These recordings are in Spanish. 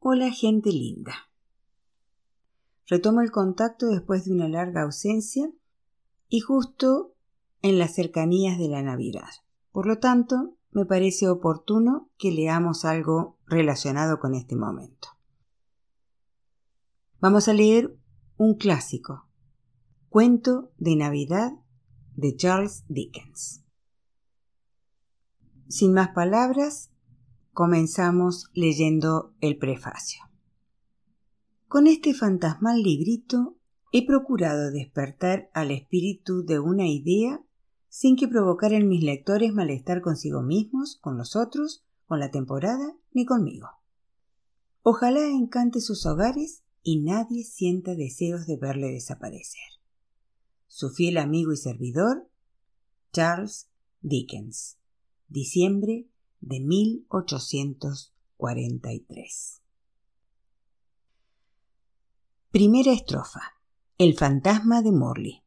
Hola, gente linda. Retomo el contacto después de una larga ausencia y justo en las cercanías de la Navidad. Por lo tanto, me parece oportuno que leamos algo relacionado con este momento. Vamos a leer un clásico, Cuento de Navidad de Charles Dickens. Sin más palabras, comenzamos leyendo el prefacio. Con este fantasmal librito he procurado despertar al espíritu de una idea sin que provocar en mis lectores malestar consigo mismos, con los otros, con la temporada ni conmigo. Ojalá encante sus hogares y nadie sienta deseos de verle desaparecer. Su fiel amigo y servidor, Charles Dickens, diciembre de 1843. Primera estrofa. El fantasma de Morley.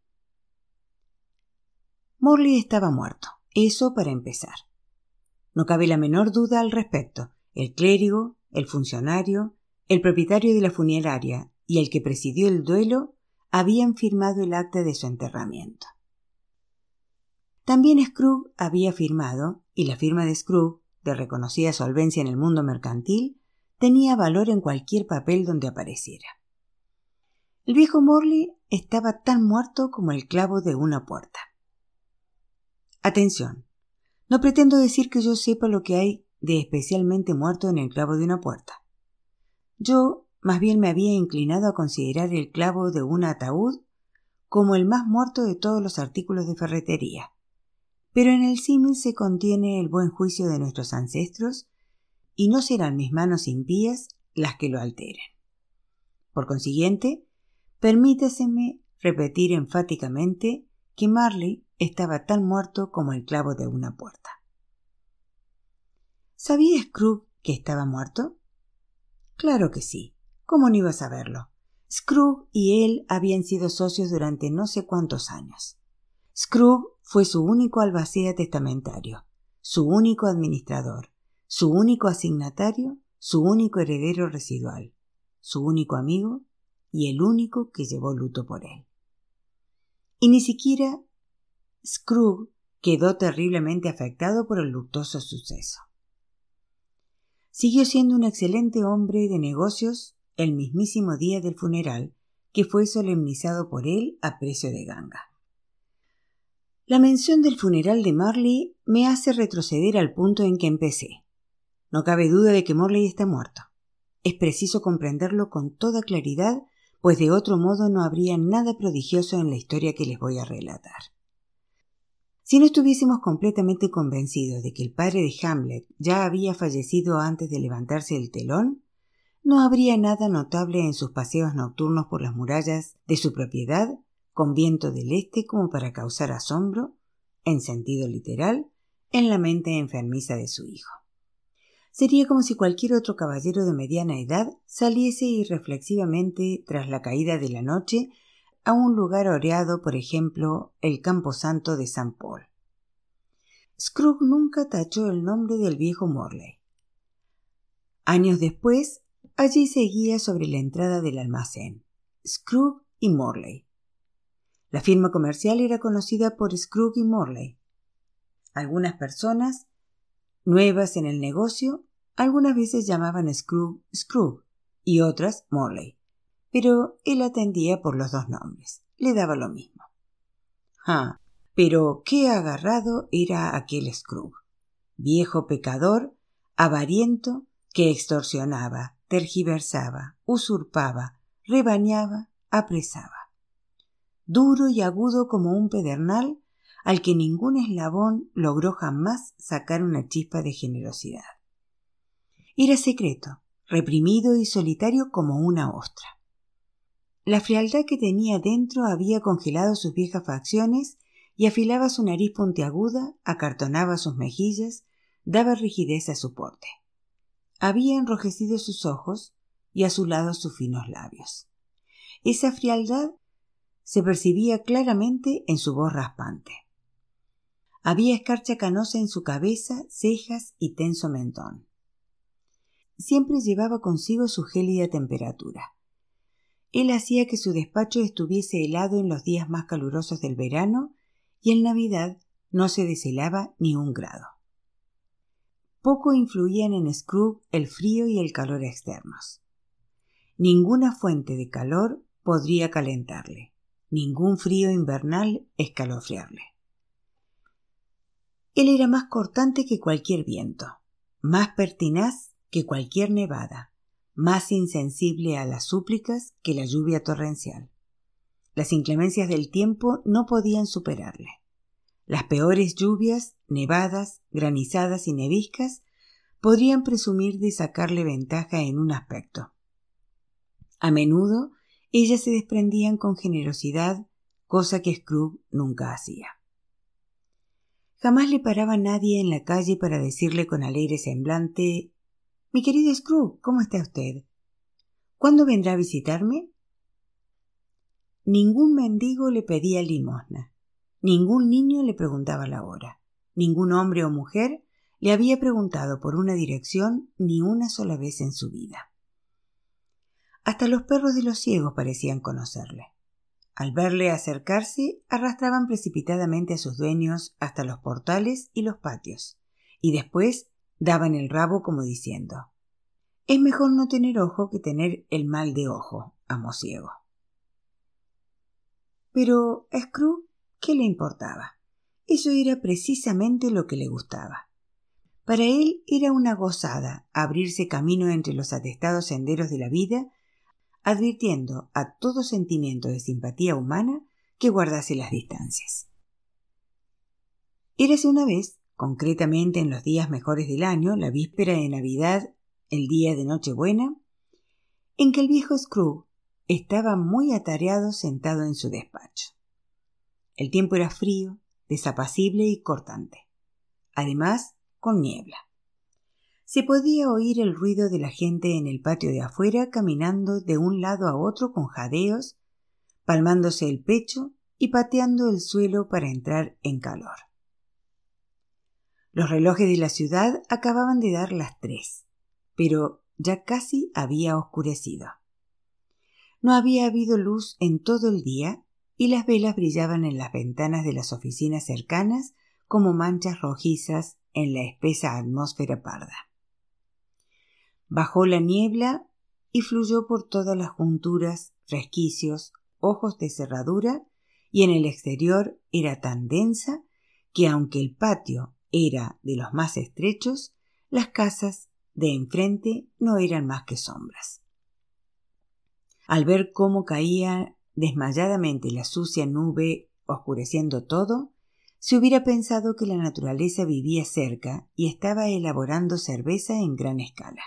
Morley estaba muerto, eso para empezar. No cabe la menor duda al respecto. El clérigo, el funcionario, el propietario de la funeraria y el que presidió el duelo habían firmado el acta de su enterramiento. También Scrooge había firmado, y la firma de Scrooge, de reconocida solvencia en el mundo mercantil, tenía valor en cualquier papel donde apareciera. El viejo Morley estaba tan muerto como el clavo de una puerta. Atención, no pretendo decir que yo sepa lo que hay de especialmente muerto en el clavo de una puerta. Yo más bien me había inclinado a considerar el clavo de un ataúd como el más muerto de todos los artículos de ferretería. Pero en el símil se contiene el buen juicio de nuestros ancestros y no serán mis manos impías las que lo alteren. Por consiguiente, permítaseme repetir enfáticamente que Marley estaba tan muerto como el clavo de una puerta. ¿Sabía Scrooge que estaba muerto? Claro que sí. ¿Cómo no iba a saberlo? Scrooge y él habían sido socios durante no sé cuántos años. Scrooge fue su único albacea testamentario, su único administrador, su único asignatario, su único heredero residual, su único amigo y el único que llevó luto por él. Y ni siquiera Scrooge quedó terriblemente afectado por el luctuoso suceso. Siguió siendo un excelente hombre de negocios el mismísimo día del funeral, que fue solemnizado por él a precio de ganga. La mención del funeral de Marley me hace retroceder al punto en que empecé. No cabe duda de que Morley está muerto. Es preciso comprenderlo con toda claridad, pues de otro modo no habría nada prodigioso en la historia que les voy a relatar. Si no estuviésemos completamente convencidos de que el padre de Hamlet ya había fallecido antes de levantarse el telón, no habría nada notable en sus paseos nocturnos por las murallas de su propiedad, con viento del este como para causar asombro, en sentido literal, en la mente enfermiza de su hijo. Sería como si cualquier otro caballero de mediana edad saliese irreflexivamente tras la caída de la noche a un lugar oreado, por ejemplo, el camposanto de San Paul. Scrooge nunca tachó el nombre del viejo Morley. Años después, allí seguía sobre la entrada del almacén, Scrooge y Morley. La firma comercial era conocida por Scrooge y Morley. Algunas personas, nuevas en el negocio, algunas veces llamaban Scrooge Scrooge y otras Morley, pero él atendía por los dos nombres, le daba lo mismo. Pero qué agarrado era aquel Scrooge, viejo pecador, avariento, que extorsionaba, tergiversaba, usurpaba, rebañaba, apresaba. Duro y agudo como un pedernal al que ningún eslabón logró jamás sacar una chispa de generosidad. Era secreto, reprimido y solitario como una ostra. La frialdad que tenía dentro había congelado sus viejas facciones y afilaba su nariz puntiaguda, acartonaba sus mejillas, daba rigidez a su porte. Había enrojecido sus ojos y azulado sus finos labios. Esa frialdad se percibía claramente en su voz raspante. Había escarcha canosa en su cabeza, cejas y tenso mentón. siempre llevaba consigo su gélida temperatura. Él hacía que su despacho estuviese helado en los días más calurosos del verano y en Navidad no se deshelaba ni 1 grado. Poco influían en Scrooge el frío y el calor externos. Ninguna fuente de calor podría calentarle, ningún frío invernal escalofriarle. Él era más cortante que cualquier viento, más pertinaz que cualquier nevada, más insensible a las súplicas que la lluvia torrencial. Las inclemencias del tiempo no podían superarle. Las peores lluvias, nevadas, granizadas y neviscas podrían presumir de sacarle ventaja en un aspecto. A menudo ellas se desprendían con generosidad, cosa que Scrooge nunca hacía. Jamás le paraba nadie en la calle para decirle con alegre semblante: «Mi querido Scrooge, ¿cómo está usted? ¿Cuándo vendrá a visitarme?» Ningún mendigo le pedía limosna. Ningún niño le preguntaba la hora. Ningún hombre o mujer le había preguntado por una dirección ni una sola vez en su vida. Hasta los perros de los ciegos parecían conocerle. Al verle acercarse, arrastraban precipitadamente a sus dueños hasta los portales y los patios, y después daban el rabo como diciendo: «Es mejor no tener ojo que tener el mal de ojo, amo ciego». Pero a Scrooge, ¿qué le importaba? Eso era precisamente lo que le gustaba. Para él era una gozada abrirse camino entre los atestados senderos de la vida, advirtiendo a todo sentimiento de simpatía humana que guardase las distancias. Érase una vez, concretamente en los días mejores del año, la víspera de Navidad, el día de Nochebuena, en que el viejo Scrooge estaba muy atareado sentado en su despacho. El tiempo era frío, desapacible y cortante, además con niebla. Se podía oír el ruido de la gente en el patio de afuera caminando de un lado a otro con jadeos, palmándose el pecho y pateando el suelo para entrar en calor. Los relojes de la ciudad acababan de dar las 3, pero ya casi había oscurecido. No había habido luz en todo el día y las velas brillaban en las ventanas de las oficinas cercanas como manchas rojizas en la espesa atmósfera parda. Bajó la niebla y fluyó por todas las junturas, resquicios, ojos de cerradura, y en el exterior era tan densa que, aunque el patio era de los más estrechos, las casas de enfrente no eran más que sombras. Al ver cómo caía desmayadamente la sucia nube oscureciendo todo, se hubiera pensado que la naturaleza vivía cerca y estaba elaborando cerveza en gran escala.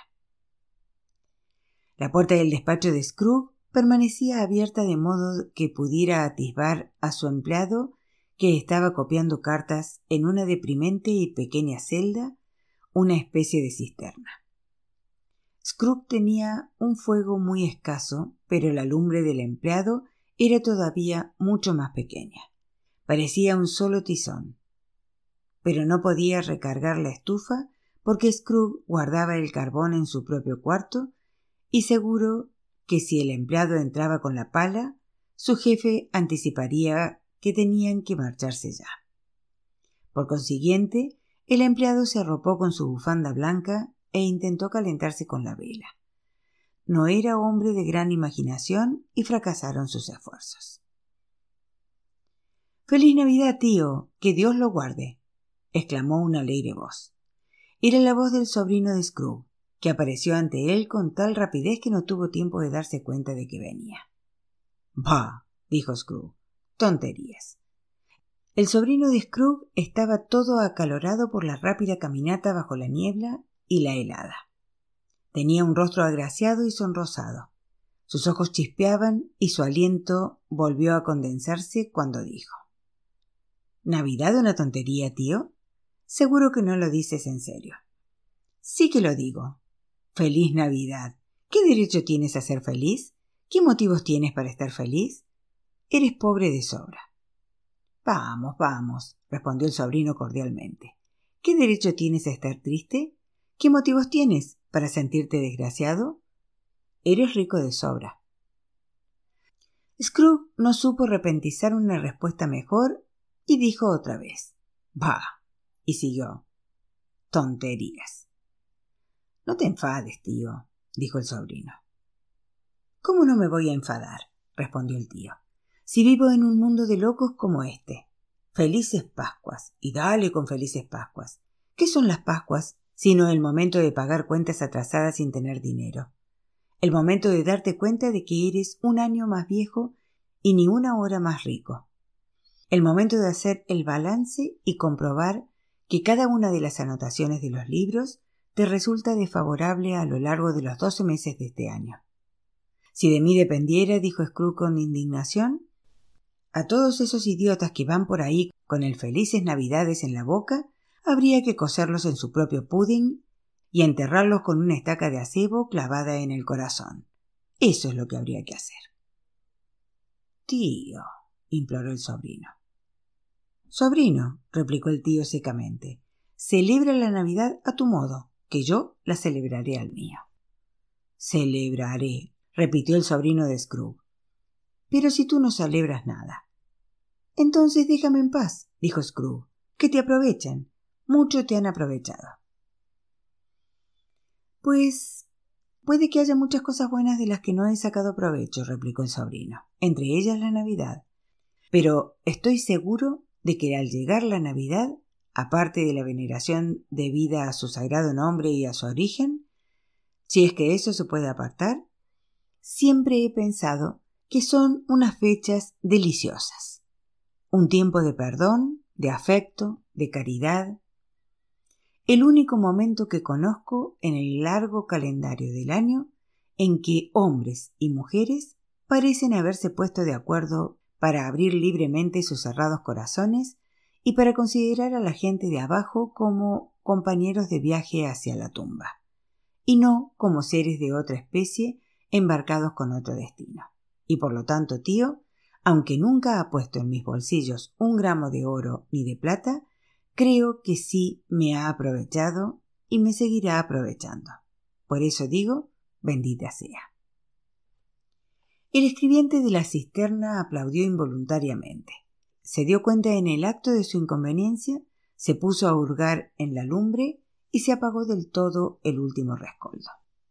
La puerta del despacho de Scrooge permanecía abierta de modo que pudiera atisbar a su empleado que estaba copiando cartas en una deprimente y pequeña celda, una especie de cisterna. Scrooge tenía un fuego muy escaso, pero la lumbre del empleado era todavía mucho más pequeña. Parecía un solo tizón. Pero no podía recargar la estufa porque Scrooge guardaba el carbón en su propio cuarto y seguro que si el empleado entraba con la pala, su jefe anticiparía que tenían que marcharse ya. Por consiguiente, el empleado se arropó con su bufanda blanca e intentó calentarse con la vela. No era hombre de gran imaginación y fracasaron sus esfuerzos. «¡Feliz Navidad, tío! ¡Que Dios lo guarde!», exclamó una alegre voz. Era la voz del sobrino de Scrooge, que apareció ante él con tal rapidez que no tuvo tiempo de darse cuenta de que venía. «Bah», dijo Scrooge, «tonterías». El sobrino de Scrooge estaba todo acalorado por la rápida caminata bajo la niebla y la helada. Tenía un rostro agraciado y sonrosado. Sus ojos chispeaban y su aliento volvió a condensarse cuando dijo: «¿Navidad una tontería, tío? Seguro que no lo dices en serio». «Sí que lo digo». «¡Feliz Navidad! ¿Qué derecho tienes a ser feliz? ¿Qué motivos tienes para estar feliz? Eres pobre de sobra». «Vamos, vamos», respondió el sobrino cordialmente. «¿Qué derecho tienes a estar triste? ¿Qué motivos tienes? para sentirte desgraciado? Eres rico de sobra. Scrooge no supo repentizar una respuesta mejor y dijo otra vez: «Bah», y siguió: «Tonterías». «No te enfades, tío», dijo el sobrino. «¿Cómo no me voy a enfadar?», respondió el tío, «si vivo en un mundo de locos como este. Felices Pascuas, y dale con felices Pascuas. ¿Qué son las Pascuas sino el momento de pagar cuentas atrasadas sin tener dinero? El momento de darte cuenta de que eres un año más viejo y ni una hora más rico. El momento de hacer el balance y comprobar que cada una de las anotaciones de los libros te resulta desfavorable a lo largo de los 12 meses de este año. Si de mí dependiera», dijo Scrooge con indignación, «a todos esos idiotas que van por ahí con el Felices Navidades en la boca, habría que coserlos en su propio pudding y enterrarlos con una estaca de acebo clavada en el corazón. Eso es lo que habría que hacer». «Tío», imploró el sobrino. «Sobrino», replicó el tío secamente, «celebra la Navidad a tu modo, que yo la celebraré al mío». «Celebraré», repitió el sobrino de Scrooge. «Pero si tú no celebras nada». «Entonces déjame en paz», dijo Scrooge, «que te aprovechen. Mucho te han aprovechado». «Pues puede que haya muchas cosas buenas de las que no he sacado provecho», replicó el sobrino, «entre ellas la Navidad. Pero estoy seguro de que al llegar la Navidad, aparte de la veneración debida a su sagrado nombre y a su origen, si es que eso se puede apartar, siempre he pensado que son unas fechas deliciosas. Un tiempo de perdón, de afecto, de caridad. El único momento que conozco en el largo calendario del año en que hombres y mujeres parecen haberse puesto de acuerdo para abrir libremente sus cerrados corazones y para considerar a la gente de abajo como compañeros de viaje hacia la tumba, y no como seres de otra especie embarcados con otro destino. Y por lo tanto, tío, aunque nunca ha puesto en mis bolsillos un gramo de oro ni de plata, creo que sí me ha aprovechado y me seguirá aprovechando. Por eso digo, bendita sea». El escribiente de la cisterna aplaudió involuntariamente. Se dio cuenta en el acto de su inconveniencia, se puso a hurgar en la lumbre y se apagó del todo el último rescoldo.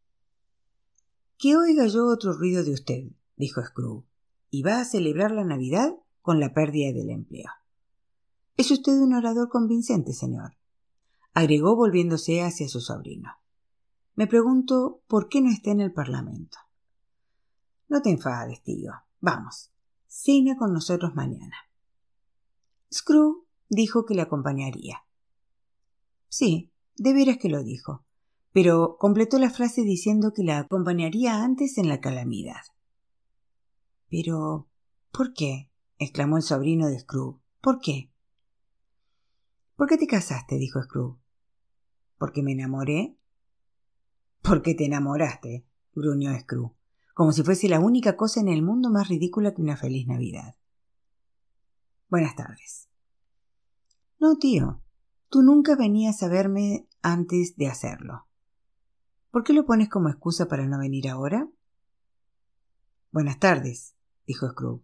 «Que oiga yo otro ruido de usted», dijo Scrooge, «y va a celebrar la Navidad con la pérdida del empleo». «Es usted un orador convincente, señor», agregó volviéndose hacia su sobrino. «Me pregunto por qué no está en el Parlamento». «No te enfades, tío. Vamos, cena con nosotros mañana». Scrooge dijo que le acompañaría. Sí, de veras que lo dijo, pero completó la frase diciendo que la acompañaría antes en la calamidad. «Pero, ¿por qué?», exclamó el sobrino de Scrooge. «¿Por qué?». «¿Por qué te casaste?», dijo Scrooge. «¿Porque me enamoré?». «Porque te enamoraste», gruñó Scrooge, como si fuese la única cosa en el mundo más ridícula que una feliz Navidad. «Buenas tardes». «No, tío, tú nunca venías a verme antes de hacerlo. ¿Por qué lo pones como excusa para no venir ahora?». «Buenas tardes», dijo Scrooge.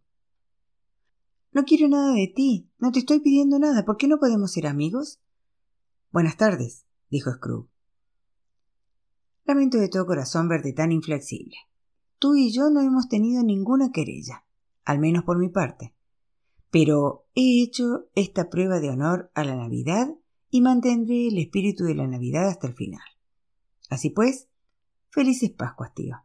«No quiero nada de ti, no te estoy pidiendo nada. ¿Por qué no podemos ser amigos?». «Buenas tardes», dijo Scrooge. «Lamento de todo corazón verte tan inflexible. Tú y yo no hemos tenido ninguna querella, al menos por mi parte. Pero he hecho esta prueba de honor a la Navidad y mantendré el espíritu de la Navidad hasta el final. Así pues, felices Pascuas, tío».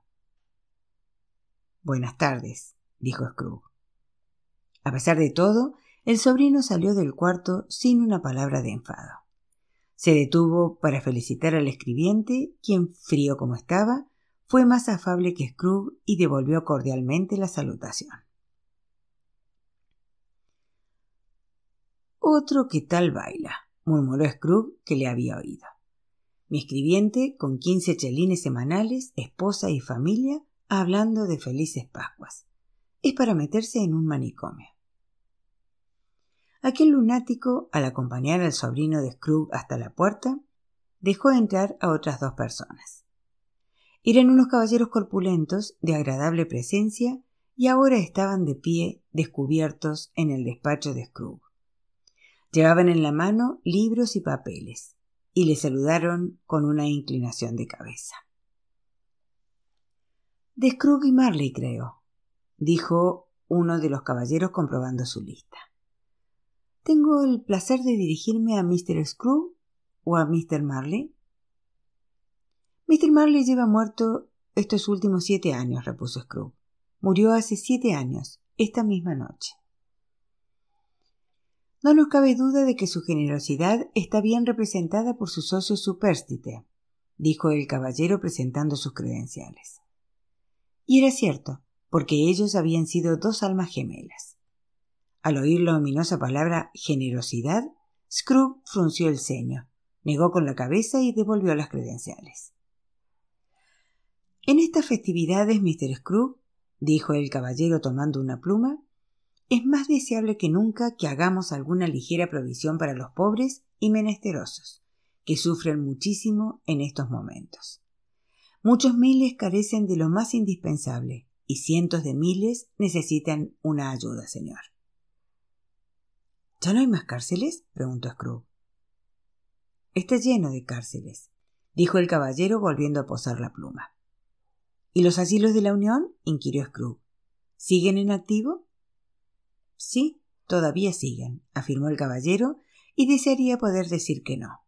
«Buenas tardes», dijo Scrooge. A pesar de todo, el sobrino salió del cuarto sin una palabra de enfado. Se detuvo para felicitar al escribiente, quien, frío como estaba, fue más afable que Scrooge y devolvió cordialmente la salutación. «Otro que tal baila», murmuró Scrooge, que le había oído. «Mi escribiente, con 15 chelines semanales, esposa y familia, hablando de felices Pascuas. Es para meterse en un manicomio». Aquel lunático, al acompañar al sobrino de Scrooge hasta la puerta, dejó entrar a otras 2 personas. Eran unos caballeros corpulentos, de agradable presencia, y ahora estaban de pie, descubiertos, en el despacho de Scrooge. Llevaban en la mano libros y papeles, y le saludaron con una inclinación de cabeza. «De Scrooge y Marley, creo», dijo uno de los caballeros comprobando su lista. «¿Tengo el placer de dirigirme a Mr. Scrooge o a Mr. Marley?» «Mr. Marley lleva muerto estos últimos 7 años», repuso Scrooge. «Murió hace 7 años, esta misma noche». «No nos cabe duda de que su generosidad está bien representada por su socio Superstite», dijo el caballero presentando sus credenciales. Y era cierto, porque ellos habían sido 2 almas gemelas. Al oír la ominosa palabra generosidad, Scrooge frunció el ceño, negó con la cabeza y devolvió las credenciales. «En estas festividades, Mr. Scrooge», dijo el caballero tomando una pluma, «es más deseable que nunca que hagamos alguna ligera provisión para los pobres y menesterosos, que sufren muchísimo en estos momentos. Muchos miles carecen de lo más indispensable y cientos de miles necesitan una ayuda, señor». «¿Ya no hay más cárceles?», preguntó Scrooge. «Está lleno de cárceles», dijo el caballero volviendo a posar la pluma. «¿Y los asilos de la Unión?», inquirió Scrooge. «¿Siguen en activo?». «Sí, todavía siguen», afirmó el caballero, y desearía poder decir que no.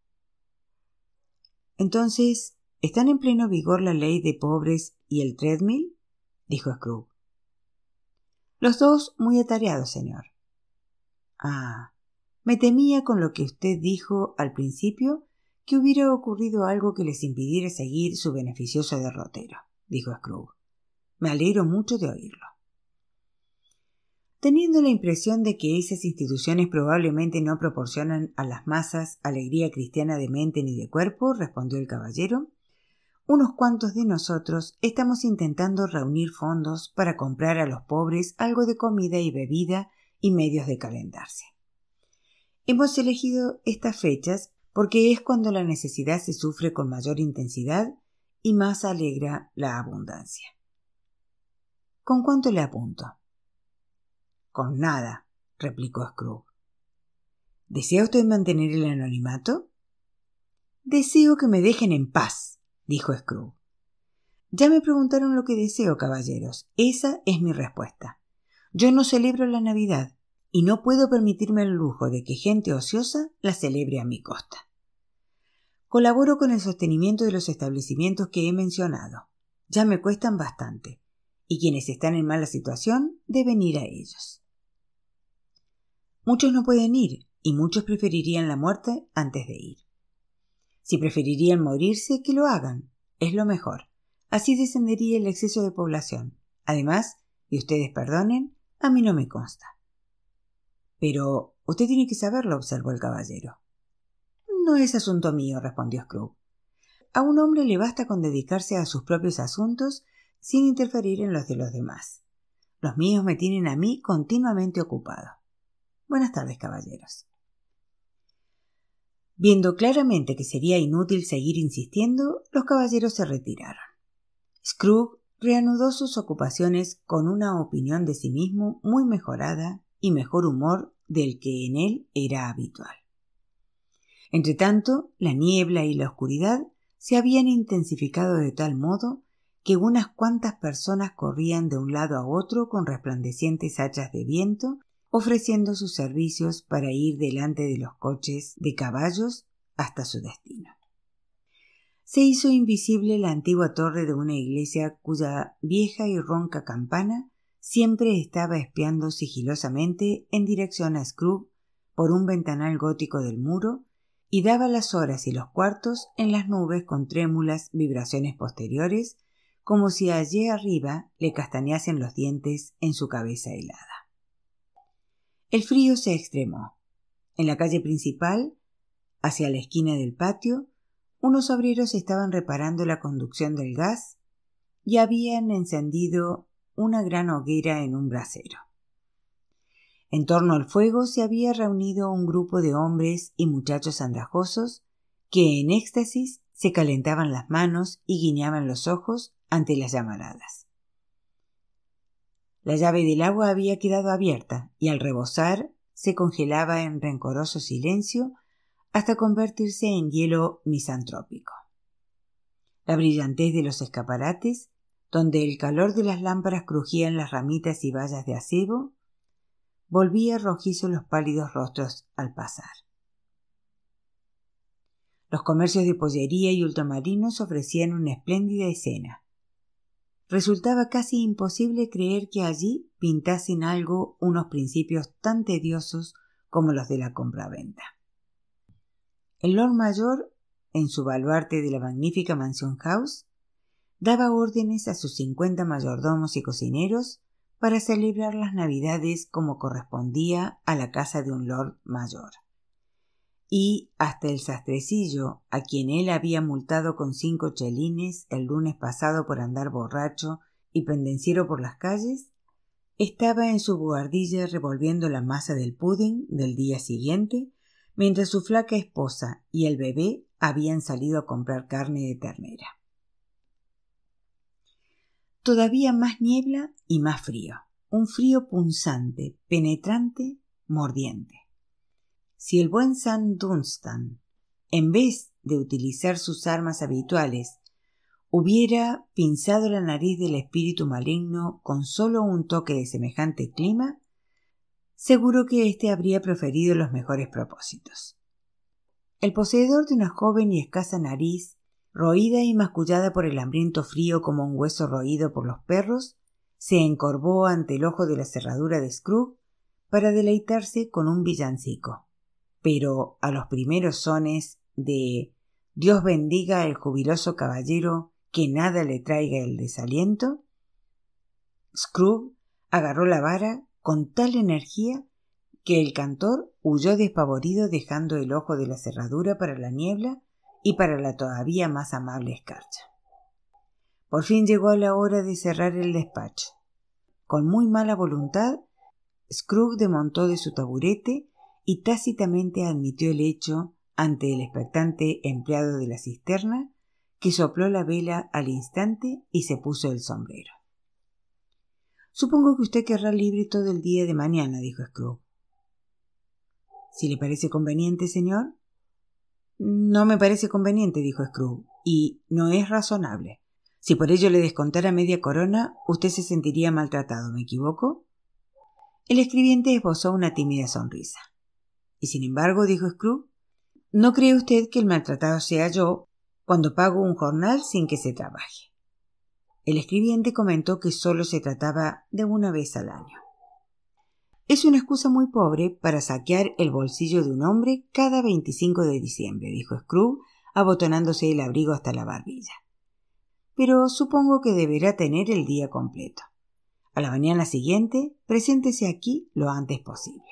«Entonces, ¿están en pleno vigor la ley de pobres y el treadmill?», dijo Scrooge. «Los 2 muy atareados, señor». «Ah, me temía con lo que usted dijo al principio que hubiera ocurrido algo que les impidiera seguir su beneficioso derrotero», dijo Scrooge. «Me alegro mucho de oírlo». «Teniendo la impresión de que esas instituciones probablemente no proporcionan a las masas alegría cristiana de mente ni de cuerpo», respondió el caballero, «unos cuantos de nosotros estamos intentando reunir fondos para comprar a los pobres algo de comida y bebida y medios de calentarse. Hemos elegido estas fechas porque es cuando la necesidad se sufre con mayor intensidad y más alegra la abundancia». «¿Con cuánto le apunto?». «Con nada», replicó Scrooge. «¿Desea usted mantener el anonimato?». «Deseo que me dejen en paz», dijo Scrooge. «Ya me preguntaron lo que deseo, caballeros. Esa es mi respuesta. Yo no celebro la Navidad y no puedo permitirme el lujo de que gente ociosa la celebre a mi costa. Colaboro con el sostenimiento de los establecimientos que he mencionado. Ya me cuestan bastante, y quienes están en mala situación deben ir a ellos. Muchos no pueden ir, y muchos preferirían la muerte antes de ir. Si preferirían morirse, que lo hagan. Es lo mejor. Así descendería el exceso de población. Además, y ustedes perdonen, a mí no me consta». «Pero usted tiene que saberlo», observó el caballero. «No es asunto mío», respondió Scrooge. «A un hombre le basta con dedicarse a sus propios asuntos sin interferir en los de los demás. Los míos me tienen a mí continuamente ocupado. Buenas tardes, caballeros». Viendo claramente que sería inútil seguir insistiendo, los caballeros se retiraron. Scrooge reanudó sus ocupaciones con una opinión de sí mismo muy mejorada y mejor humor del que en él era habitual. Entretanto, la niebla y la oscuridad se habían intensificado de tal modo que unas cuantas personas corrían de un lado a otro con resplandecientes hachas de viento, ofreciendo sus servicios para ir delante de los coches de caballos hasta su destino. Se hizo invisible la antigua torre de una iglesia cuya vieja y ronca campana siempre estaba espiando sigilosamente en dirección a Scrooge por un ventanal gótico del muro y daba las horas y los cuartos en las nubes con trémulas vibraciones posteriores, como si allí arriba le castañasen los dientes en su cabeza helada. El frío se extremó. En la calle principal, hacia la esquina del patio, unos obreros estaban reparando la conducción del gas y habían encendido una gran hoguera en un brasero. En torno al fuego se había reunido un grupo de hombres y muchachos andrajosos que, en éxtasis, se calentaban las manos y guiñaban los ojos ante las llamaradas. La llave del agua había quedado abierta y al rebosar se congelaba en rencoroso silencio hasta convertirse en hielo misantrópico. La brillantez de los escaparates, donde el calor de las lámparas crujía en las ramitas y bayas de acebo, volvía rojizos los pálidos rostros al pasar. Los comercios de pollería y ultramarinos ofrecían una espléndida escena. Resultaba casi imposible creer que allí pintasen algo unos principios tan tediosos como los de la compraventa. El Lord Mayor, en su baluarte de la magnífica Mansion House, daba órdenes a sus 50 mayordomos y cocineros para celebrar las Navidades como correspondía a la casa de un Lord Mayor. Y hasta el sastrecillo, a quien él había multado con 5 chelines el lunes pasado por andar borracho y pendenciero por las calles, estaba en su buhardilla revolviendo la masa del pudding del día siguiente, mientras su flaca esposa y el bebé habían salido a comprar carne de ternera. Todavía más niebla y más frío, un frío punzante, penetrante, mordiente. Si el buen Sam Dunstan, en vez de utilizar sus armas habituales, hubiera pinzado la nariz del espíritu maligno con solo un toque de semejante clima, seguro que éste habría proferido los mejores propósitos. El poseedor de una joven y escasa nariz, roída y mascullada por el hambriento frío como un hueso roído por los perros, se encorvó ante el ojo de la cerradura de Scrooge para deleitarse con un villancico. Pero a los primeros sones de «Dios bendiga al jubiloso caballero, que nada le traiga el desaliento», Scrooge agarró la vara con tal energía que el cantor huyó despavorido dejando el ojo de la cerradura para la niebla y para la todavía más amable escarcha. Por fin llegó la hora de cerrar el despacho. Con muy mala voluntad, Scrooge desmontó de su taburete y tácitamente admitió el hecho ante el expectante empleado de la cisterna, que sopló la vela al instante y se puso el sombrero. «Supongo que usted querrá libre todo el día de mañana», dijo Scrooge. «¿Si le parece conveniente, señor?» «No me parece conveniente», dijo Scrooge, «y no es razonable. Si por ello le descontara media corona, usted se sentiría maltratado, ¿me equivoco?» El escribiente esbozó una tímida sonrisa. «Y sin embargo», dijo Scrooge, «¿no cree usted que el maltratado sea yo cuando pago un jornal sin que se trabaje?» El escribiente comentó que solo se trataba de una vez al año. «Es una excusa muy pobre para saquear el bolsillo de un hombre cada 25 de diciembre», dijo Scrooge, abotonándose el abrigo hasta la barbilla. «Pero supongo que deberá tener el día completo. A la mañana siguiente, preséntese aquí lo antes posible».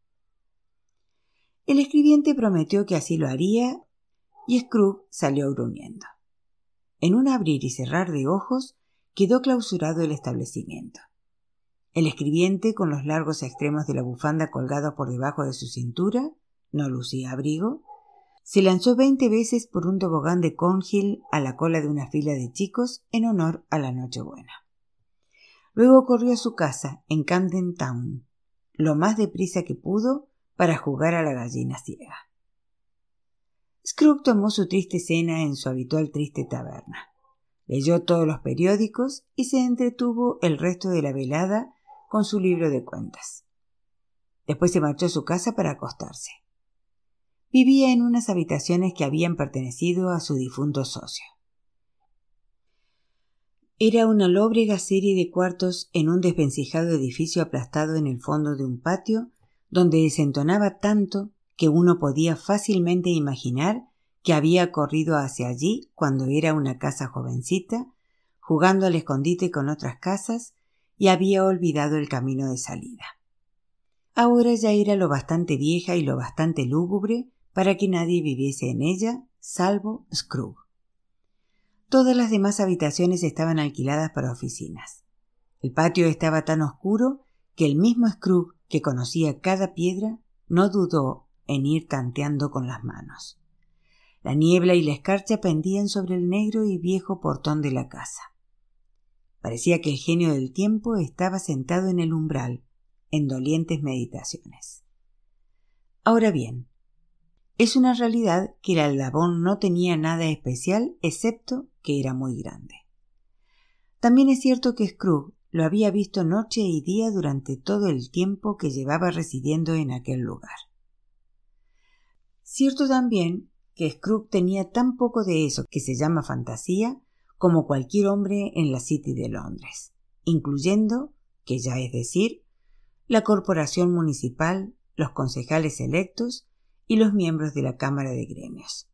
El escribiente prometió que así lo haría y Scrooge salió gruñendo. En un abrir y cerrar de ojos quedó clausurado el establecimiento. El escribiente, con los largos extremos de la bufanda colgados por debajo de su cintura, no lucía abrigo, se lanzó 20 veces por un tobogán de Cornhill a la cola de una fila de chicos en honor a la Nochebuena. Luego corrió a su casa en Camden Town, lo más deprisa que pudo para jugar a la gallina ciega. Scrooge tomó su triste cena en su habitual triste taberna. Leyó todos los periódicos y se entretuvo el resto de la velada con su libro de cuentas. Después se marchó a su casa para acostarse. Vivía en unas habitaciones que habían pertenecido a su difunto socio. Era una lóbrega serie de cuartos en un desvencijado edificio aplastado en el fondo de un patio, donde desentonaba tanto que uno podía fácilmente imaginar que había corrido hacia allí cuando era una casa jovencita, jugando al escondite con otras casas, y había olvidado el camino de salida. Ahora ya era lo bastante vieja y lo bastante lúgubre para que nadie viviese en ella, salvo Scrooge. Todas las demás habitaciones estaban alquiladas para oficinas. El patio estaba tan oscuro que el mismo Scrooge, que conocía cada piedra, no dudó en ir tanteando con las manos. La niebla y la escarcha pendían sobre el negro y viejo portón de la casa. Parecía que el genio del tiempo estaba sentado en el umbral, en dolientes meditaciones. Ahora bien, es una realidad que el aldabón no tenía nada especial excepto que era muy grande. También es cierto que Scrooge lo había visto noche y día durante todo el tiempo que llevaba residiendo en aquel lugar. Cierto también que Scrooge tenía tan poco de eso que se llama fantasía como cualquier hombre en la City de Londres, incluyendo, que ya es decir, la corporación municipal, los concejales electos y los miembros de la Cámara de Gremios.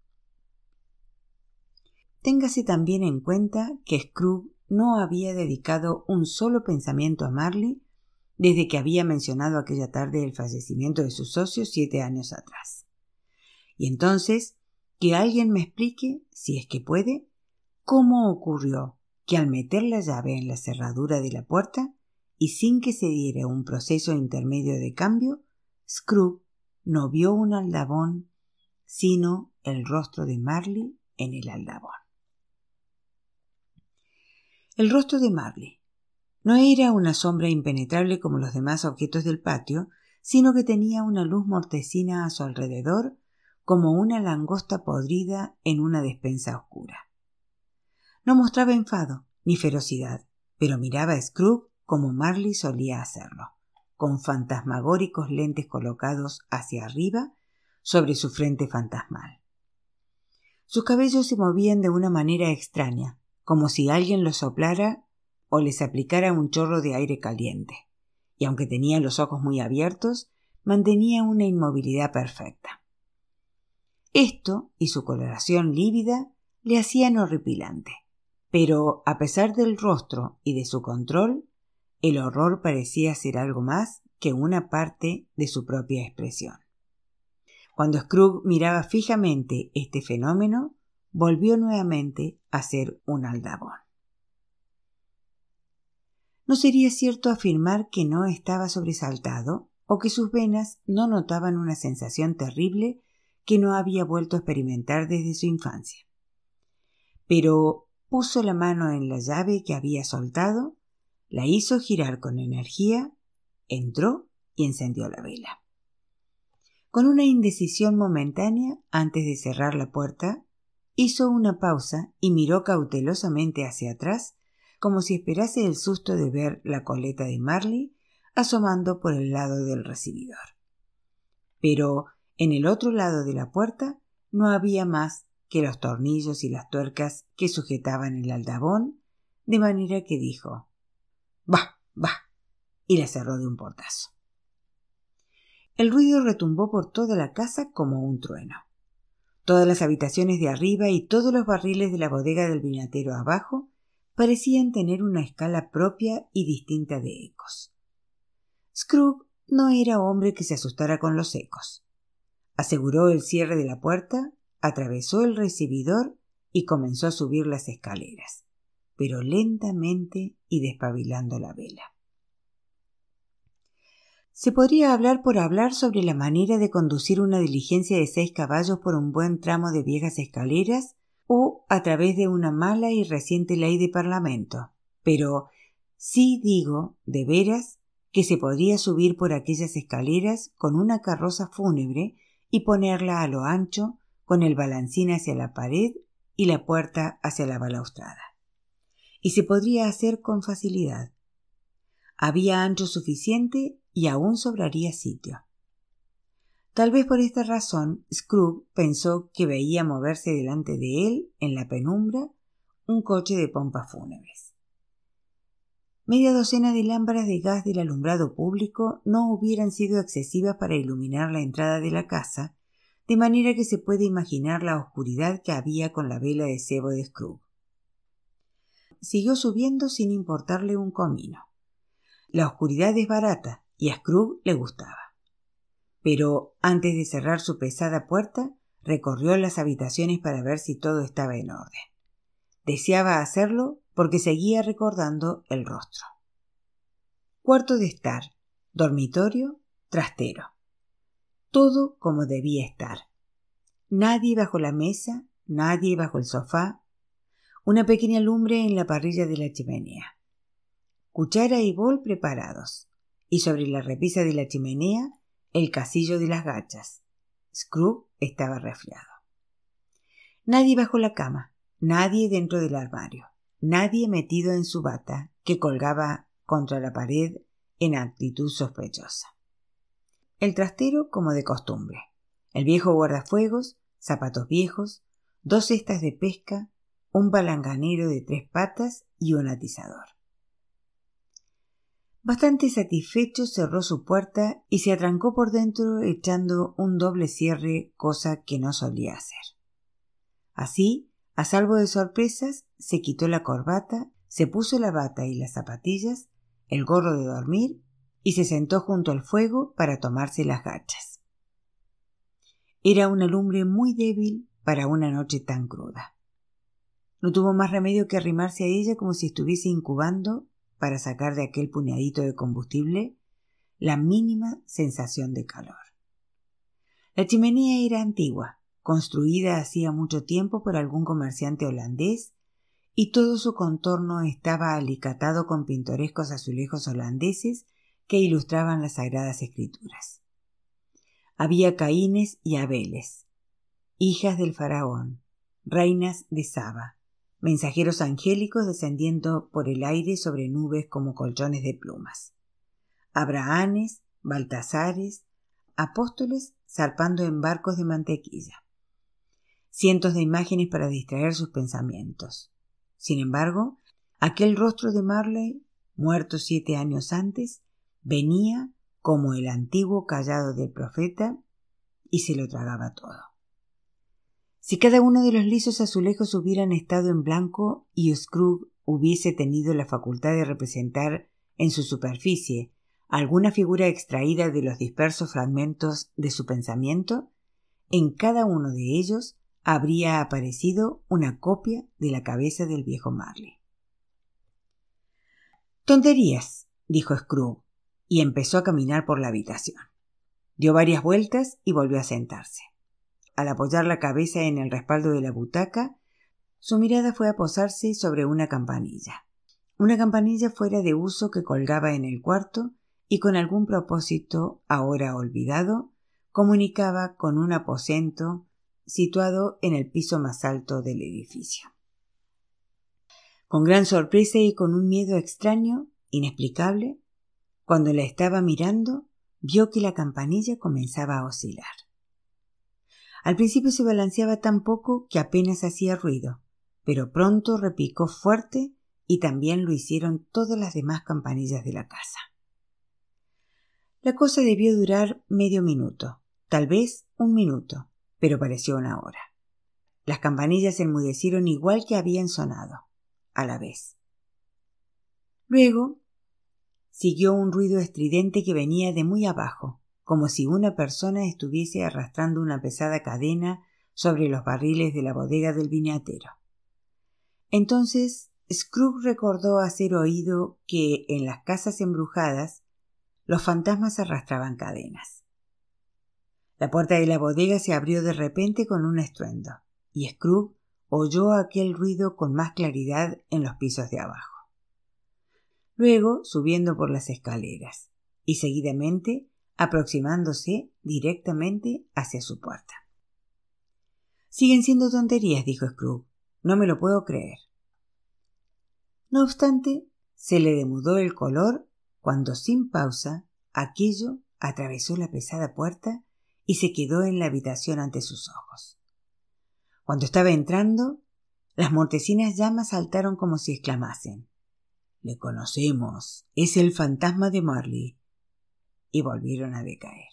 Téngase también en cuenta que Scrooge no había dedicado un solo pensamiento a Marley desde que había mencionado aquella tarde el fallecimiento de sus socios 7 años atrás. Y entonces, que alguien me explique, si es que puede, cómo ocurrió que al meter la llave en la cerradura de la puerta y sin que se diera un proceso intermedio de cambio, Scrooge no vio un aldabón, sino el rostro de Marley en el aldabón. El rostro de Marley no era una sombra impenetrable como los demás objetos del patio, sino que tenía una luz mortecina a su alrededor como una langosta podrida en una despensa oscura. No mostraba enfado ni ferocidad, pero miraba a Scrooge como Marley solía hacerlo, con fantasmagóricos lentes colocados hacia arriba sobre su frente fantasmal. Sus cabellos se movían de una manera extraña, como si alguien los soplara o les aplicara un chorro de aire caliente, y aunque tenía los ojos muy abiertos, mantenía una inmovilidad perfecta. Esto y su coloración lívida le hacían horripilante, pero a pesar del rostro y de su control, el horror parecía ser algo más que una parte de su propia expresión. Cuando Scrooge miraba fijamente este fenómeno, volvió nuevamente a ser un aldabón. No sería cierto afirmar que no estaba sobresaltado o que sus venas no notaban una sensación terrible que no había vuelto a experimentar desde su infancia. Pero puso la mano en la llave que había soltado, la hizo girar con energía, entró y encendió la vela. Con una indecisión momentánea, antes de cerrar la puerta, hizo una pausa y miró cautelosamente hacia atrás, como si esperase el susto de ver la coleta de Marley asomando por el lado del recibidor. Pero en el otro lado de la puerta no había más que los tornillos y las tuercas que sujetaban el aldabón, de manera que dijo: «Bah, bah», y la cerró de un portazo. El ruido retumbó por toda la casa como un trueno. Todas las habitaciones de arriba y todos los barriles de la bodega del vinatero abajo parecían tener una escala propia y distinta de ecos. Scrooge no era hombre que se asustara con los ecos. Aseguró el cierre de la puerta, atravesó el recibidor y comenzó a subir las escaleras, pero lentamente y despabilando la vela. Se podría hablar por hablar sobre la manera de conducir una diligencia de 6 caballos por un buen tramo de viejas escaleras o a través de una mala y reciente ley de parlamento, pero sí digo, de veras, que se podría subir por aquellas escaleras con una carroza fúnebre y ponerla a lo ancho, con el balancín hacia la pared y la puerta hacia la balaustrada. Y se podría hacer con facilidad. Había ancho suficiente y aún sobraría sitio. Tal vez por esta razón Scrooge pensó que veía moverse delante de él, en la penumbra, un coche de pompas fúnebres. Media docena de lámparas de gas del alumbrado público no hubieran sido excesivas para iluminar la entrada de la casa, de manera que se puede imaginar la oscuridad que había con la vela de cebo de Scrooge. Siguió subiendo sin importarle un comino. La oscuridad es barata y a Scrooge le gustaba. Pero antes de cerrar su pesada puerta, recorrió las habitaciones para ver si todo estaba en orden. Deseaba hacerlo porque seguía recordando el rostro. Cuarto de estar, dormitorio, trastero. Todo como debía estar. Nadie bajo la mesa, nadie bajo el sofá, una pequeña lumbre en la parrilla de la chimenea. Cuchara y bol preparados, y sobre la repisa de la chimenea el casillo de las gachas. Scrooge estaba resfriado. Nadie bajo la cama, nadie dentro del armario, nadie metido en su bata que colgaba contra la pared en actitud sospechosa. El trastero como de costumbre, el viejo guardafuegos, zapatos viejos, 2 cestas de pesca, un palanganero de 3 patas y un atizador. Bastante satisfecho cerró su puerta y se atrancó por dentro echando un doble cierre, cosa que no solía hacer. Así, a salvo de sorpresas, se quitó la corbata, se puso la bata y las zapatillas, el gorro de dormir y se sentó junto al fuego para tomarse las gachas. Era una lumbre muy débil para una noche tan cruda. No tuvo más remedio que arrimarse a ella como si estuviese incubando, para sacar de aquel puñadito de combustible, la mínima sensación de calor. La chimenea era antigua, construida hacía mucho tiempo por algún comerciante holandés, y todo su contorno estaba alicatado con pintorescos azulejos holandeses que ilustraban las sagradas escrituras. Había Caínes y Abeles, hijas del faraón, reinas de Saba, mensajeros angélicos descendiendo por el aire sobre nubes como colchones de plumas. Abrahames, Baltasares, apóstoles zarpando en barcos de mantequilla. Cientos de imágenes para distraer sus pensamientos. Sin embargo, aquel rostro de Marley, muerto 7 años antes, venía como el antiguo cayado del profeta y se lo tragaba todo. Si cada uno de los lisos azulejos hubieran estado en blanco y Scrooge hubiese tenido la facultad de representar en su superficie alguna figura extraída de los dispersos fragmentos de su pensamiento, en cada uno de ellos habría aparecido una copia de la cabeza del viejo Marley. «Tonterías», dijo Scrooge, y empezó a caminar por la habitación. Dio varias vueltas y volvió a sentarse. Al apoyar la cabeza en el respaldo de la butaca, su mirada fue a posarse sobre una campanilla fuera de uso que colgaba en el cuarto y con algún propósito ahora olvidado comunicaba con un aposento situado en el piso más alto del edificio. Con gran sorpresa y con un miedo extraño, inexplicable, cuando la estaba mirando, vio que la campanilla comenzaba a oscilar. Al principio se balanceaba tan poco que apenas hacía ruido, pero pronto repicó fuerte y también lo hicieron todas las demás campanillas de la casa. La cosa debió durar medio minuto, tal vez 1 minuto, pero pareció una hora. Las campanillas se enmudecieron igual que habían sonado, a la vez. Luego siguió un ruido estridente que venía de muy abajo, como si una persona estuviese arrastrando una pesada cadena sobre los barriles de la bodega del vinatero. Entonces Scrooge recordó haber oído que en las casas embrujadas los fantasmas arrastraban cadenas. La puerta de la bodega se abrió de repente con un estruendo, y Scrooge oyó aquel ruido con más claridad en los pisos de abajo. Luego subiendo por las escaleras, y seguidamente aproximándose directamente hacia su puerta. «Siguen siendo tonterías», dijo Scrooge. «No me lo puedo creer». No obstante, se le demudó el color cuando, sin pausa, aquello atravesó la pesada puerta y se quedó en la habitación ante sus ojos. Cuando estaba entrando, las mortecinas llamas saltaron como si exclamasen: «Le conocemos, es el fantasma de Marley», y volvieron a decaer.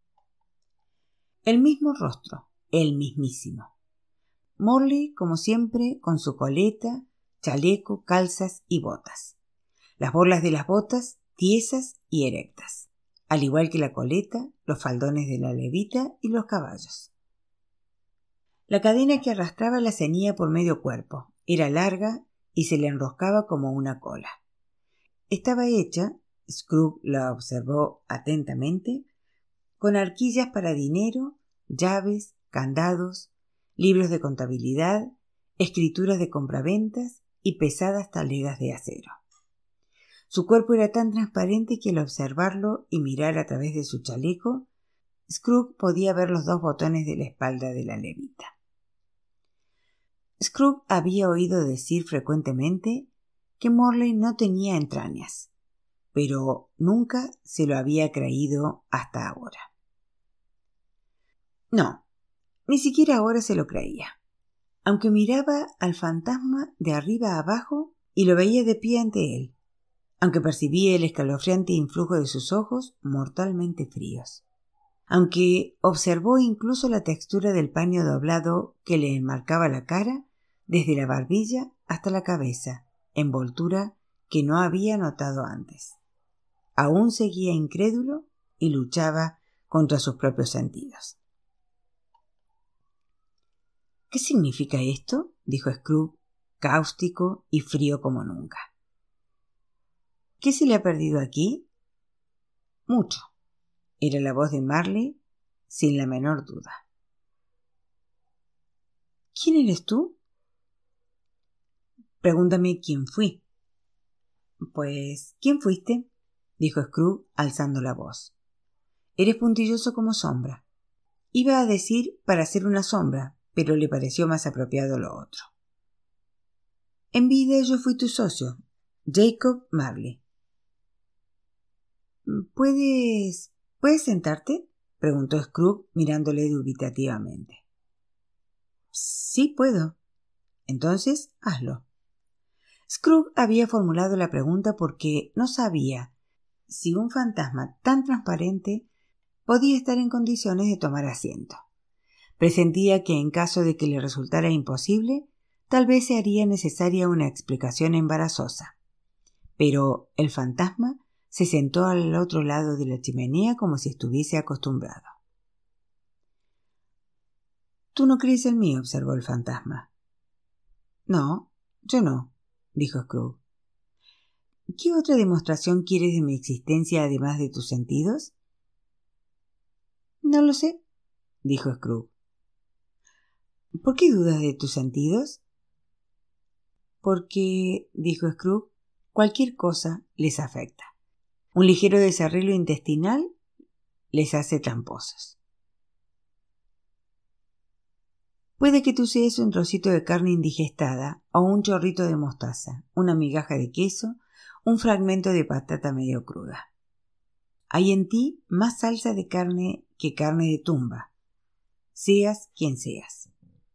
El mismo rostro, el mismísimo. Morley, como siempre, con su coleta, chaleco, calzas y botas. Las borlas de las botas tiesas y erectas, al igual que la coleta, los faldones de la levita y los caballos. La cadena que arrastraba la ceñía por medio cuerpo, era larga y se le enroscaba como una cola. Estaba hecha, Scrooge la observó atentamente, con arquillas para dinero, llaves, candados, libros de contabilidad, escrituras de compraventas y pesadas talegas de acero. Su cuerpo era tan transparente que al observarlo y mirar a través de su chaleco, Scrooge podía ver los 2 botones de la espalda de la levita. Scrooge había oído decir frecuentemente que Morley no tenía entrañas, pero nunca se lo había creído hasta ahora. No, ni siquiera ahora se lo creía. Aunque miraba al fantasma de arriba a abajo y lo veía de pie ante él, aunque percibía el escalofriante influjo de sus ojos mortalmente fríos, aunque observó incluso la textura del paño doblado que le enmarcaba la cara desde la barbilla hasta la cabeza, envoltura que no había notado antes. Aún seguía incrédulo y luchaba contra sus propios sentidos. ¿Qué significa esto?, dijo Scrooge, cáustico y frío como nunca. ¿Qué se le ha perdido aquí? Mucho. Era la voz de Marley, sin la menor duda. ¿Quién eres tú? Pregúntame quién fui. Pues, ¿quién fuiste?, dijo Scrooge, alzando la voz. Eres puntilloso como sombra. Iba a decir para ser una sombra, pero le pareció más apropiado lo otro. En vida yo fui tu socio, Jacob Marley. ¿Puedes sentarte?, preguntó Scrooge mirándole dubitativamente. Sí, puedo. Entonces, hazlo. Scrooge había formulado la pregunta porque no sabía si un fantasma tan transparente podía estar en condiciones de tomar asiento. Presentía que en caso de que le resultara imposible, tal vez se haría necesaria una explicación embarazosa. Pero el fantasma se sentó al otro lado de la chimenea como si estuviese acostumbrado. «¿Tú no crees en mí?», observó el fantasma. «No, yo no», dijo Scrooge. «¿Qué otra demostración quieres de mi existencia además de tus sentidos?» «No lo sé», dijo Scrooge. «¿Por qué dudas de tus sentidos?» «Porque», dijo Scrooge, «cualquier cosa les afecta. Un ligero desarreglo intestinal les hace tramposos. Puede que tú seas un trocito de carne indigestada o un chorrito de mostaza, una migaja de queso, un fragmento de patata medio cruda. Hay en ti más salsa de carne que carne de tumba, seas quien seas».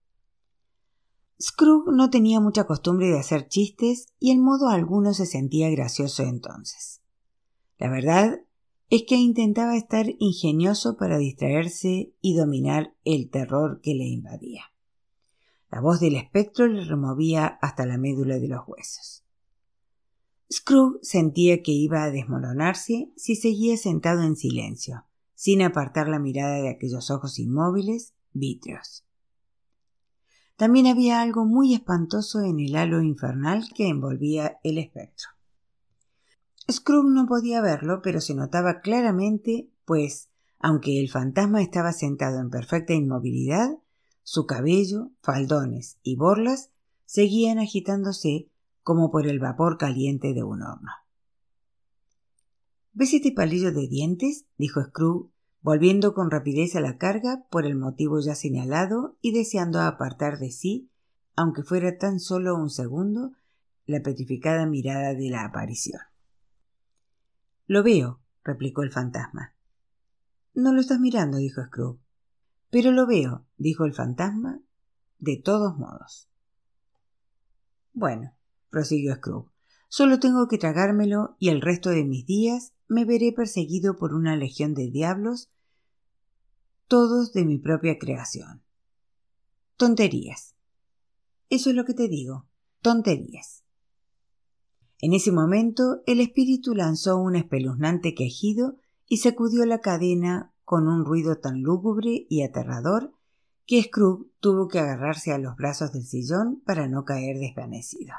Scrooge no tenía mucha costumbre de hacer chistes y en modo alguno se sentía gracioso entonces. La verdad es que intentaba estar ingenioso para distraerse y dominar el terror que le invadía. La voz del espectro le removía hasta la médula de los huesos. Scrooge sentía que iba a desmoronarse si seguía sentado en silencio, sin apartar la mirada de aquellos ojos inmóviles, vítreos. También había algo muy espantoso en el halo infernal que envolvía el espectro. Scrooge no podía verlo, pero se notaba claramente, pues, aunque el fantasma estaba sentado en perfecta inmovilidad, su cabello, faldones y borlas seguían agitándose como por el vapor caliente de un horno. «¿Ves este palillo de dientes?», dijo Scrooge, volviendo con rapidez a la carga por el motivo ya señalado y deseando apartar de sí, aunque fuera tan solo un segundo, la petrificada mirada de la aparición. «Lo veo», replicó el fantasma. «No lo estás mirando», dijo Scrooge. «Pero lo veo», dijo el fantasma, «de todos modos». «Bueno», prosiguió Scrooge, «solo tengo que tragármelo y el resto de mis días me veré perseguido por una legión de diablos, todos de mi propia creación. Tonterías. Eso es lo que te digo, tonterías». En ese momento el espíritu lanzó un espeluznante quejido y sacudió la cadena con un ruido tan lúgubre y aterrador que Scrooge tuvo que agarrarse a los brazos del sillón para no caer desvanecido.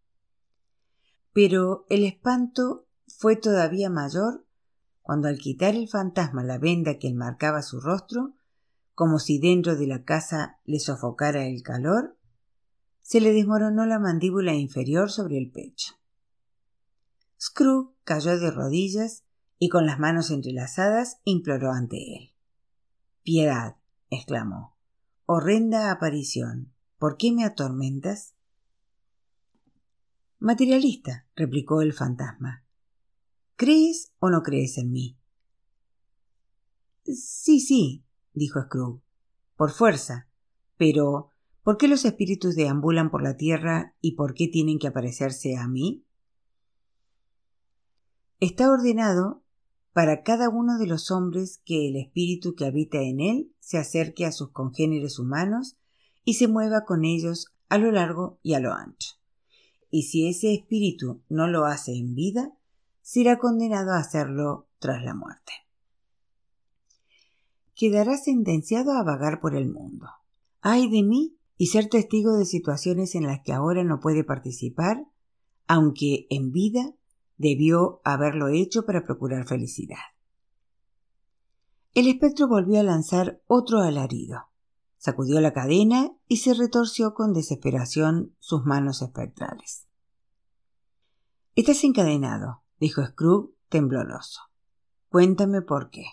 Pero el espanto fue todavía mayor cuando al quitar el fantasma la venda que enmarcaba su rostro, como si dentro de la casa le sofocara el calor, se le desmoronó la mandíbula inferior sobre el pecho. Scrooge cayó de rodillas y con las manos entrelazadas imploró ante él. «Piedad», exclamó. «Horrenda aparición, ¿por qué me atormentas?» «Materialista», replicó el fantasma. «¿Crees o no crees en mí?» Sí, dijo Scrooge, por fuerza. Pero, ¿por qué los espíritus deambulan por la tierra y por qué tienen que aparecerse a mí? Está ordenado para cada uno de los hombres que el espíritu que habita en él se acerque a sus congéneres humanos y se mueva con ellos a lo largo y a lo ancho. Y si ese espíritu no lo hace en vida, será condenado a hacerlo tras la muerte. Quedará sentenciado a vagar por el mundo. ¡Ay de mí! Y ser testigo de situaciones en las que ahora no puede participar, aunque en vida debió haberlo hecho para procurar felicidad. El espectro volvió a lanzar otro alarido. Sacudió la cadena y se retorció con desesperación sus manos espectrales. «Estás encadenado», dijo Scrooge tembloroso. «Cuéntame por qué».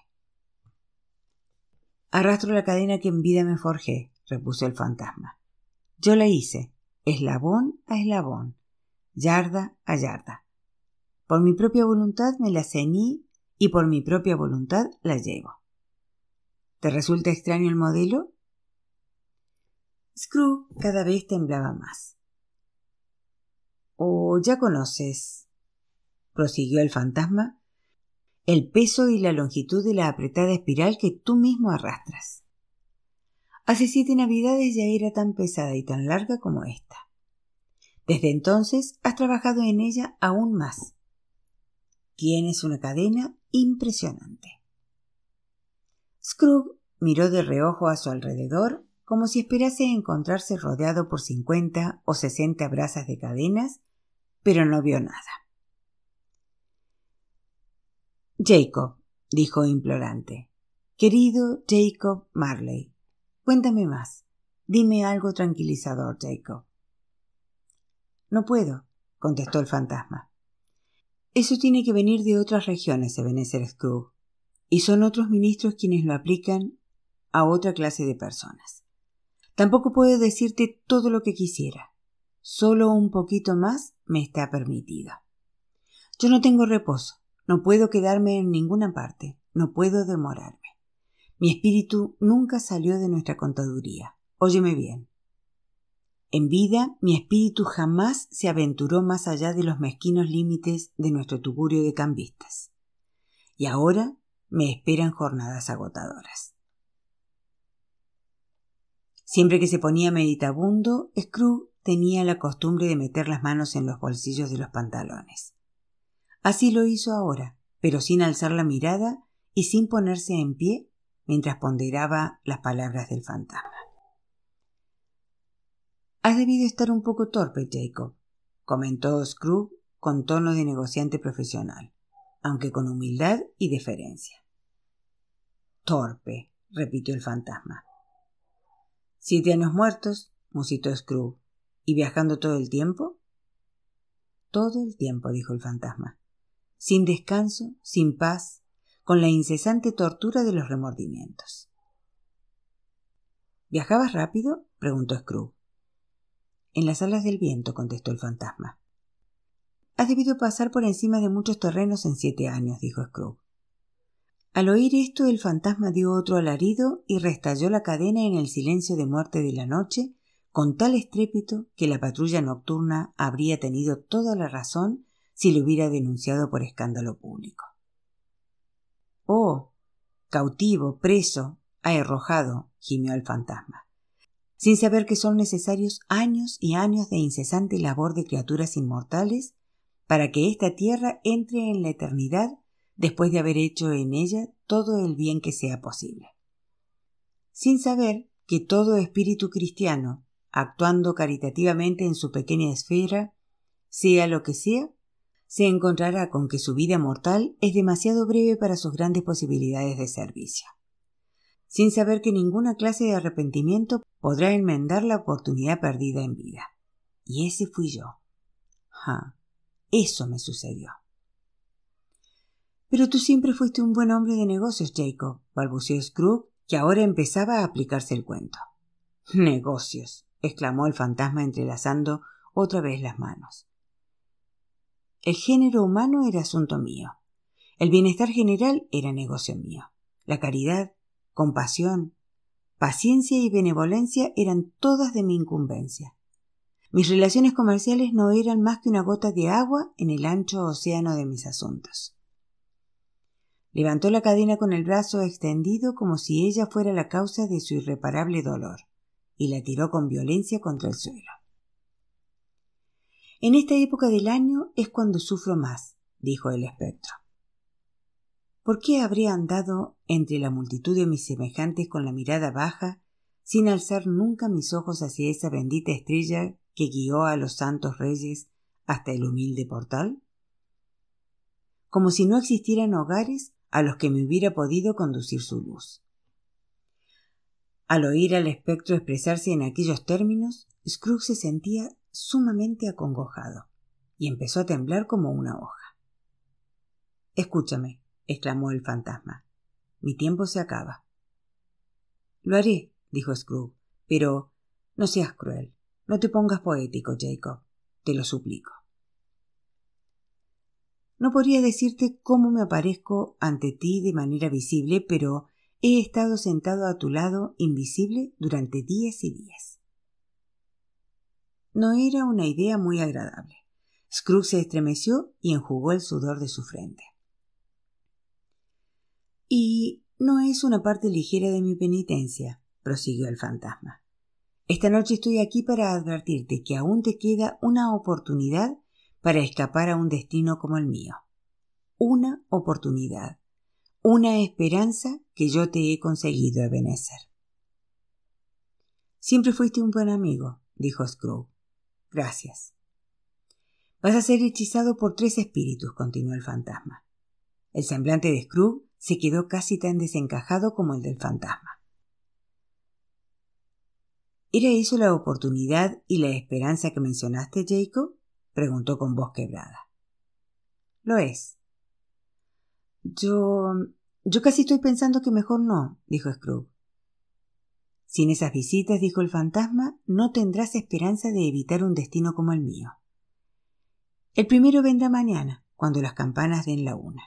«Arrastro la cadena que en vida me forjé», repuso el fantasma. «Yo la hice, eslabón a eslabón, yarda a yarda. Por mi propia voluntad me la ceñí y por mi propia voluntad la llevo. ¿Te resulta extraño el modelo?» Scrooge cada vez temblaba más. «¿O ya conoces», prosiguió el fantasma, «el peso y la longitud de la apretada espiral que tú mismo arrastras? Hace 7 navidades ya era tan pesada y tan larga como esta. Desde entonces has trabajado en ella aún más. Tienes una cadena impresionante». Scrooge miró de reojo a su alrededor como si esperase encontrarse rodeado por 50 o 60 brazas de cadenas, pero no vio nada. «Jacob», dijo implorante, «querido Jacob Marley, cuéntame más. Dime algo tranquilizador, Jacob». «No puedo», contestó el fantasma. «Eso tiene que venir de otras regiones, Ebenezer Scrooge, y son otros ministros quienes lo aplican a otra clase de personas. Tampoco puedo decirte todo lo que quisiera. Solo un poquito más me está permitido. Yo no tengo reposo, no puedo quedarme en ninguna parte, no puedo demorarme. Mi espíritu nunca salió de nuestra contaduría. Óyeme bien. En vida, mi espíritu jamás se aventuró más allá de los mezquinos límites de nuestro tugurio de cambistas. Y ahora me esperan jornadas agotadoras». Siempre que se ponía meditabundo, Scrooge tenía la costumbre de meter las manos en los bolsillos de los pantalones. Así lo hizo ahora, pero sin alzar la mirada y sin ponerse en pie mientras ponderaba las palabras del fantasma. «Has debido estar un poco torpe, Jacob», comentó Scrooge con tono de negociante profesional, aunque con humildad y deferencia. «Torpe», repitió el fantasma. «7 años muertos», musitó Scrooge, «¿y viajando todo el tiempo?» «Todo el tiempo», dijo el fantasma, «sin descanso, sin paz, con la incesante tortura de los remordimientos». «¿Viajabas rápido?», preguntó Scrooge. «En las alas del viento», contestó el fantasma. «Has debido pasar por encima de muchos terrenos en 7 años», dijo Scrooge. Al oír esto, el fantasma dio otro alarido y restalló la cadena en el silencio de muerte de la noche con tal estrépito que la patrulla nocturna habría tenido toda la razón si lo hubiera denunciado por escándalo público. «Oh, cautivo, preso, arrojado», gimió el fantasma, sin saber que son necesarios años y años de incesante labor de criaturas inmortales para que esta tierra entre en la eternidad después de haber hecho en ella todo el bien que sea posible. Sin saber que todo espíritu cristiano, actuando caritativamente en su pequeña esfera, sea lo que sea, se encontrará con que su vida mortal es demasiado breve para sus grandes posibilidades de servicio. sin saber que ninguna clase de arrepentimiento podrá enmendar la oportunidad perdida en vida. Y ese fui yo. Eso me sucedió. Pero tú siempre fuiste un buen hombre de negocios, Jacob, balbuceó Scrooge, que ahora empezaba a aplicarse el cuento. Negocios, exclamó el fantasma entrelazando otra vez las manos. El género humano era asunto mío. El bienestar general era negocio mío. La caridad, compasión, paciencia y benevolencia eran todas de mi incumbencia. Mis relaciones comerciales no eran más que una gota de agua en el ancho océano de mis asuntos. Levantó la cadena con el brazo extendido como si ella fuera la causa de su irreparable dolor, y la tiró con violencia contra el suelo. En esta época del año es cuando sufro más, dijo el espectro. ¿Por qué habría andado entre la multitud de mis semejantes con la mirada baja, sin alzar nunca mis ojos hacia esa bendita estrella que guió a los santos reyes hasta el humilde portal? Como si no existieran hogares a los que me hubiera podido conducir su luz. Al oír al espectro expresarse en aquellos términos, Scrooge se sentía sumamente acongojado y empezó a temblar como una hoja. «Escúchame», exclamó el fantasma. «Mi tiempo se acaba». «Lo haré», dijo Scrooge, «pero no seas cruel. No te pongas poético, Jacob. Te lo suplico». No podría decirte cómo me aparezco ante ti de manera visible, pero he estado sentado a tu lado invisible durante días y días. No era una idea muy agradable. Scrooge se estremeció y enjugó el sudor de su frente. «Y no es una parte ligera de mi penitencia», prosiguió el fantasma. «Esta noche estoy aquí para advertirte que aún te queda una oportunidad para escapar a un destino como el mío. Una oportunidad, una esperanza que yo te he conseguido, Ebenezer». «Siempre fuiste un buen amigo», dijo Scrooge. «Gracias». «Vas a ser hechizado por 3 espíritus», continuó el fantasma. El semblante de Scrooge se quedó casi tan desencajado como el del fantasma. «¿Era eso la oportunidad y la esperanza que mencionaste, Jacob?», preguntó con voz quebrada. «Lo es». Yo casi estoy pensando que mejor no», dijo Scrooge. «Sin esas visitas», dijo el fantasma, «no tendrás esperanza de evitar un destino como el mío. El primero vendrá mañana, cuando las campanas den la 1.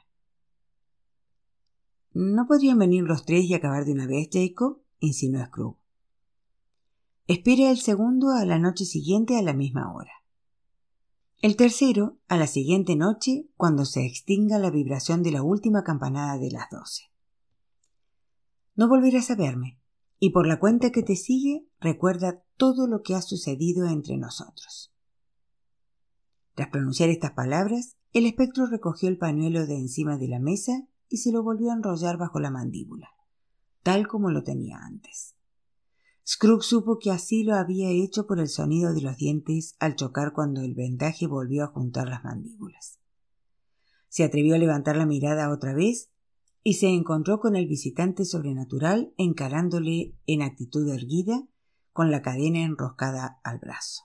«¿No podrían venir los 3 y acabar de una vez, Jacob?», insinuó Scrooge. «Espera el segundo a la noche siguiente a la misma hora. El tercero a la siguiente noche cuando se extinga la vibración de la última campanada de las 12. No volverás a verme, y por la cuenta que te sigue, recuerda todo lo que ha sucedido entre nosotros». Tras pronunciar estas palabras, el espectro recogió el pañuelo de encima de la mesa y se lo volvió a enrollar bajo la mandíbula, tal como lo tenía antes. Scrooge supo que así lo había hecho por el sonido de los dientes al chocar cuando el vendaje volvió a juntar las mandíbulas. Se atrevió a levantar la mirada otra vez y se encontró con el visitante sobrenatural encarándole en actitud erguida, con la cadena enroscada al brazo.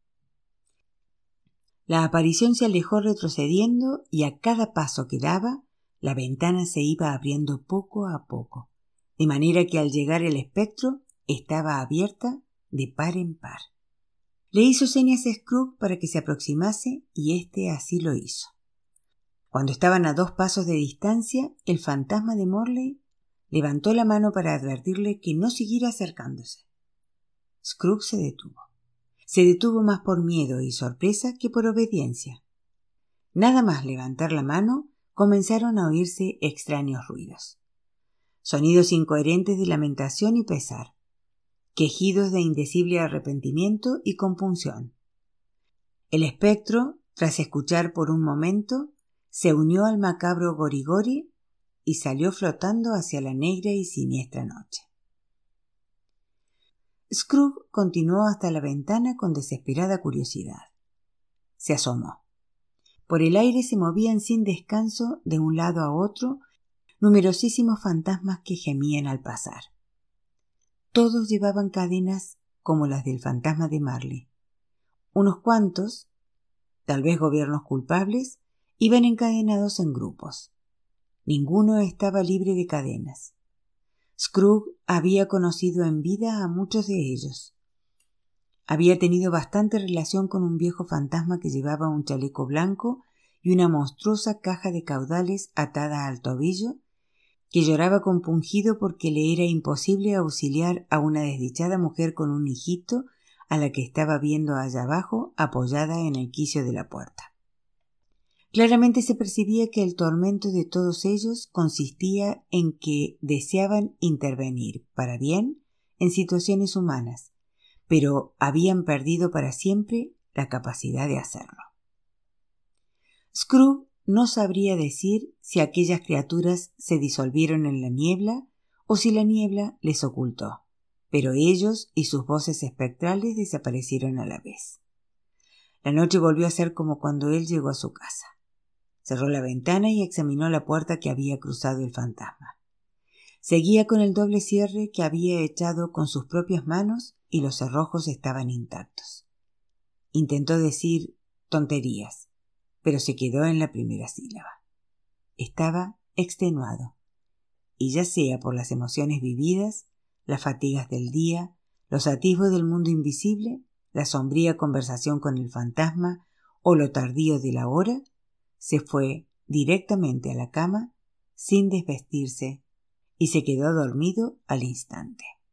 La aparición se alejó retrocediendo y a cada paso que daba, la ventana se iba abriendo poco a poco, de manera que al llegar el espectro estaba abierta de par en par. Le hizo señas a Scrooge para que se aproximase y éste así lo hizo. Cuando estaban a 2 pasos de distancia, el fantasma de Morley levantó la mano para advertirle que no siguiera acercándose. Scrooge se detuvo. Se detuvo más por miedo y sorpresa que por obediencia. Nada más levantar la mano, comenzaron a oírse extraños ruidos. Sonidos incoherentes de lamentación y pesar. Quejidos de indecible arrepentimiento y compunción. El espectro, tras escuchar por un momento, se unió al macabro gorigori y salió flotando hacia la negra y siniestra noche. Scrooge continuó hasta la ventana con desesperada curiosidad. Se asomó. Por el aire se movían sin descanso de un lado a otro numerosísimos fantasmas que gemían al pasar. Todos llevaban cadenas como las del fantasma de Marley. Unos cuantos, tal vez gobiernos culpables, iban encadenados en grupos. Ninguno estaba libre de cadenas. Scrooge había conocido en vida a muchos de ellos. Había tenido bastante relación con un viejo fantasma que llevaba un chaleco blanco y una monstruosa caja de caudales atada al tobillo, que lloraba compungido porque le era imposible auxiliar a una desdichada mujer con un hijito a la que estaba viendo allá abajo apoyada en el quicio de la puerta. Claramente se percibía que el tormento de todos ellos consistía en que deseaban intervenir para bien en situaciones humanas, pero habían perdido para siempre la capacidad de hacerlo. Scrooge no sabría decir si aquellas criaturas se disolvieron en la niebla o si la niebla les ocultó, pero ellos y sus voces espectrales desaparecieron a la vez. La noche volvió a ser como cuando él llegó a su casa. Cerró la ventana y examinó la puerta que había cruzado el fantasma. Seguía con el doble cierre que había echado con sus propias manos y los cerrojos estaban intactos. Intentó decir tonterías, pero se quedó en la primera sílaba. Estaba extenuado, y ya sea por las emociones vividas, las fatigas del día, los atisbos del mundo invisible, la sombría conversación con el fantasma o lo tardío de la hora, se fue directamente a la cama sin desvestirse y se quedó dormido al instante.